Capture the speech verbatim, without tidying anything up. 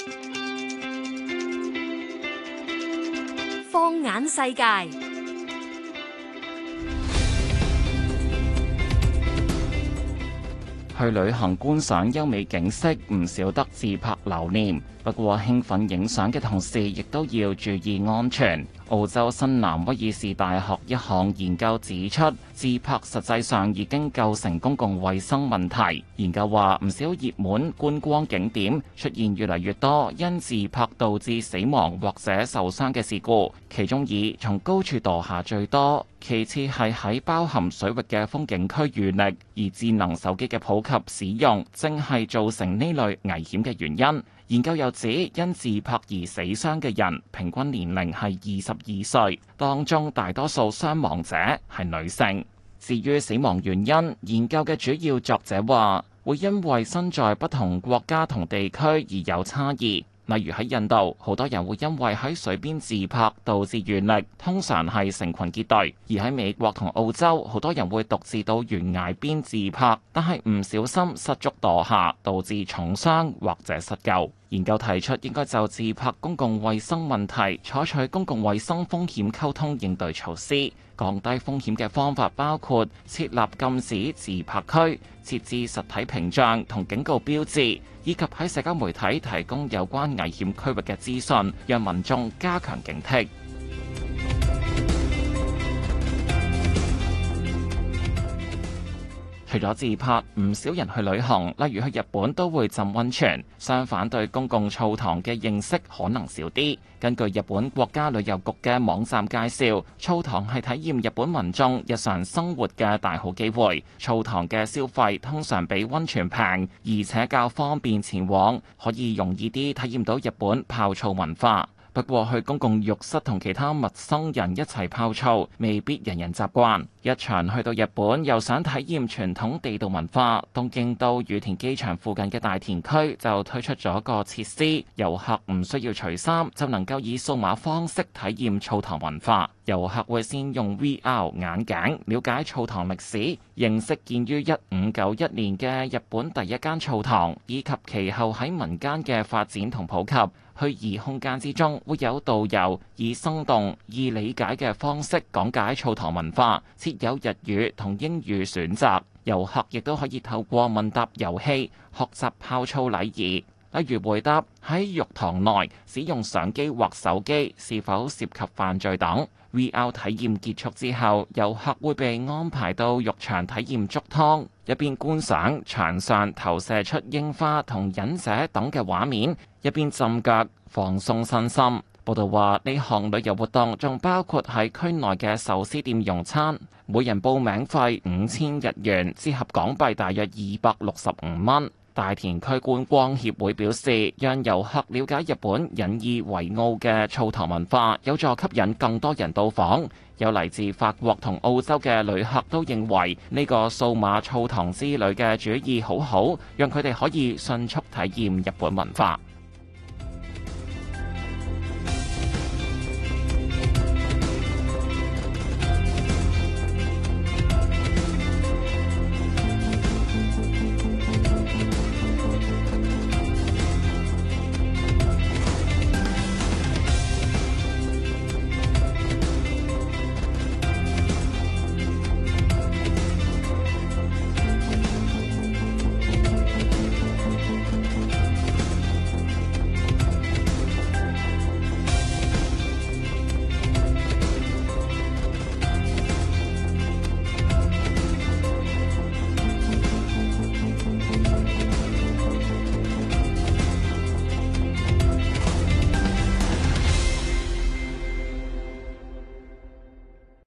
放眼世界。 去旅行觀賞優美景色，唔少得自拍留念。不過興奮影相嘅同時，亦都要注意安全。澳洲新南威爾士大學一項研究指出，自拍實際上已經構成公共衛生問題。研究話，唔少熱門觀光景點出現越嚟越多因自拍導致死亡或者受傷嘅事故，其中以從高處墮下最多，其次係喺包含水域嘅風景區遇溺，而智能手機嘅普及使用正係造成呢類危險嘅原因。研究又指，因自拍而死傷嘅人平均年齡係二十二歲，當中大多數傷亡者係女性。至於死亡原因，研究嘅主要作者話，會因為身在不同國家同地區而有差異。例如喺印度，好多人會因為喺水邊自拍導致遇溺，通常係成群結隊；而喺美國同澳洲，好多人會獨自到懸崖邊自拍，但係唔小心失足墮下，導致重傷或者失救。研究提出應該就自拍公共衛生問題採取公共衛生風險溝通應對措施。降低風險嘅方法包括設立禁止自拍區、設置實體屏障同警告標誌，以及喺社交媒體提供有關危險區域嘅資訊，讓民眾加強警惕。除咗自拍，唔少人去旅行，例如去日本都會浸溫泉。相反，對公共澡堂嘅認識可能少啲。根據日本國家旅遊局嘅網站介紹，澡堂係體驗日本民眾日常生活嘅大好機會。澡堂嘅消費通常比溫泉平，而且較方便前往，可以容易啲體驗到日本泡澡文化。不過去公共浴室同其他陌生人一齊泡澡，未必人人習慣。一場去到日本又想體驗傳統地道文化，東京都羽田機場附近嘅大田區就推出咗個設施，遊客唔需要除衫就能夠以數碼方式體驗澡堂文化。遊客會先用 V R 眼鏡了解澡堂歷史，認識建於一五九一年嘅日本第一間澡堂，以及其後喺民間嘅發展同普及。虛擬空間之中會有導遊以生動易理解嘅方式講解澡堂文化，設有日語同英語選擇。遊客亦都可以透過問答遊戲學習泡澡禮儀，例如回答喺浴堂內使用相機或手機是否涉及犯罪等。V R 體驗結束之後，遊客會被安排到浴場體驗足湯，一邊觀賞牆上投射出櫻花同忍者等嘅畫面，一邊浸腳放鬆身心。報道話，呢項旅遊活動仲包括喺區內嘅壽司店用餐，每人報名費五千日元，折合港幣大約二百六十五蚊。大田區觀光協會表示，讓遊客了解日本引以為傲嘅澡堂文化，有助吸引更多人到訪。有嚟自法國同澳洲嘅旅客都認為呢個數碼澡堂之旅嘅主意好好，讓佢哋可以迅速體驗日本文化。